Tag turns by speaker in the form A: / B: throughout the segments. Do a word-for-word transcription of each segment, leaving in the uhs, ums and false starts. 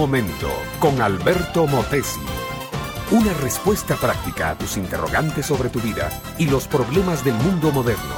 A: momento con Alberto Motesi. Una respuesta práctica a tus interrogantes sobre tu vida y los problemas del mundo moderno.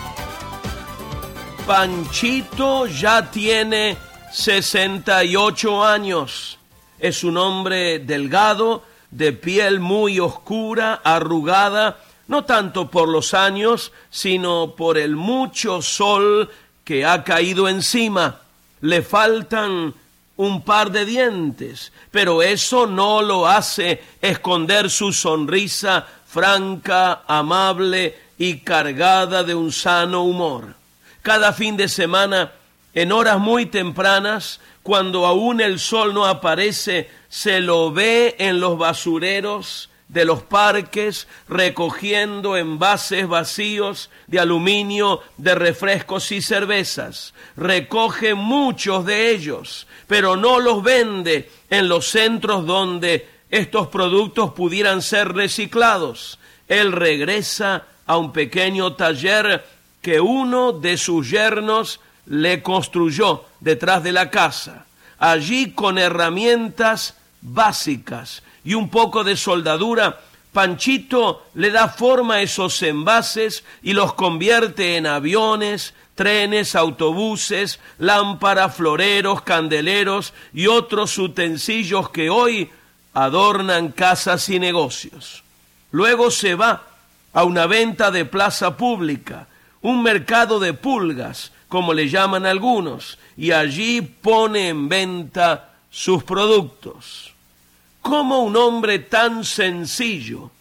B: Panchito ya tiene sesenta y ocho años. Es un hombre delgado, de piel muy oscura, arrugada, no tanto por los años, sino por el mucho sol que ha caído encima. Le faltan un par de dientes, pero eso no lo hace esconder su sonrisa franca, amable y cargada de un sano humor. Cada fin de semana, en horas muy tempranas, cuando aún el sol no aparece, se lo ve en los basureros de los parques, recogiendo envases vacíos de aluminio, de refrescos y cervezas. Recoge muchos de ellos, pero no los vende en los centros donde estos productos pudieran ser reciclados. Él regresa a un pequeño taller que uno de sus yernos le construyó detrás de la casa. Allí, con herramientas básicas y un poco de soldadura, Panchito le da forma a esos envases y los convierte en aviones, trenes, autobuses, lámparas, floreros, candeleros y otros utensilios que hoy adornan casas y negocios. Luego se va a una venta de plaza pública, un mercado de pulgas, como le llaman algunos, y allí pone en venta sus productos. ¿Cómo un hombre tan sencillo,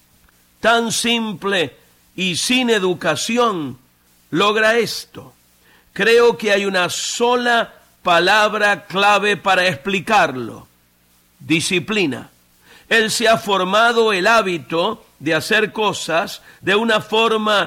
B: tan simple y sin educación logra esto? Creo que hay una sola palabra clave para explicarlo: disciplina. Él se ha formado el hábito de hacer cosas de una forma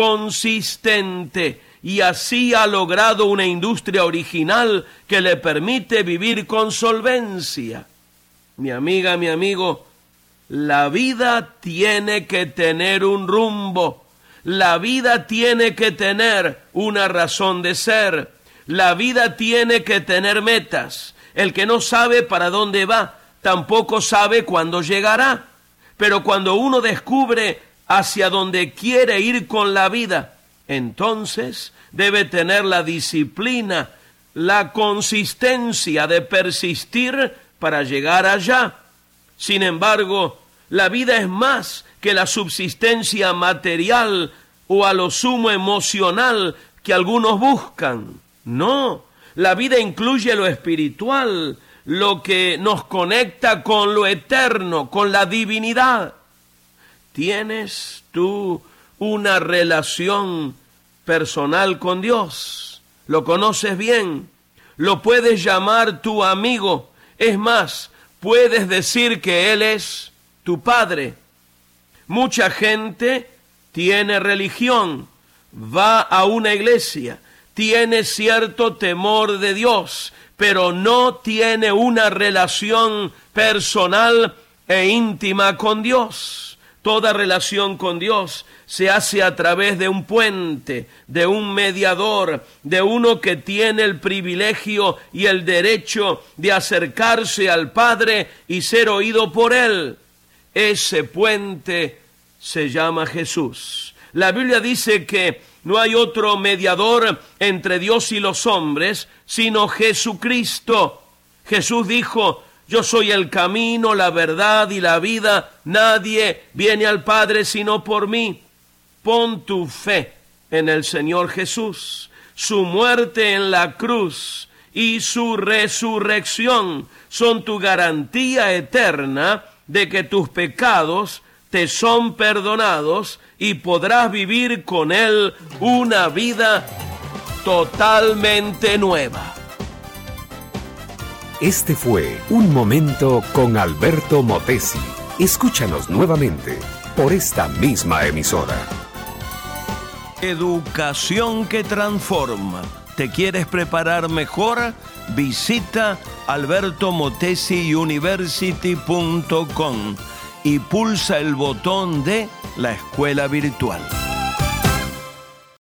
B: consistente y así ha logrado una industria original que le permite vivir con solvencia. Mi amiga, mi amigo, la vida tiene que tener un rumbo. La vida tiene que tener una razón de ser. La vida tiene que tener metas. El que no sabe para dónde va, tampoco sabe cuándo llegará. Pero cuando uno descubre hacia dónde quiere ir con la vida, entonces debe tener la disciplina, la consistencia de persistir para llegar allá. Sin embargo, la vida es más que la subsistencia material o a lo sumo emocional que algunos buscan. No, la vida incluye lo espiritual, lo que nos conecta con lo eterno, con la divinidad. ¿Tienes tú una relación personal con Dios? ¿Lo conoces bien? ¿Lo puedes llamar tu amigo? Es más, puedes decir que Él es tu Padre. Mucha gente tiene religión, va a una iglesia, tiene cierto temor de Dios, pero no tiene una relación personal e íntima con Dios. Toda relación con Dios se hace a través de un puente, de un mediador, de uno que tiene el privilegio y el derecho de acercarse al Padre y ser oído por Él. Ese puente se llama Jesús. La Biblia dice que no hay otro mediador entre Dios y los hombres, sino Jesucristo. Jesús dijo: yo soy el camino, la verdad y la vida. Nadie viene al Padre sino por mí. Pon tu fe en el Señor Jesús. Su muerte en la cruz y su resurrección son tu garantía eterna de que tus pecados te son perdonados y podrás vivir con Él una vida totalmente nueva.
A: Este fue Un Momento con Alberto Motesi. Escúchanos nuevamente por esta misma emisora.
B: Educación que transforma. ¿Te quieres preparar mejor? Visita alberto motesi university punto com y pulsa el botón de la escuela virtual.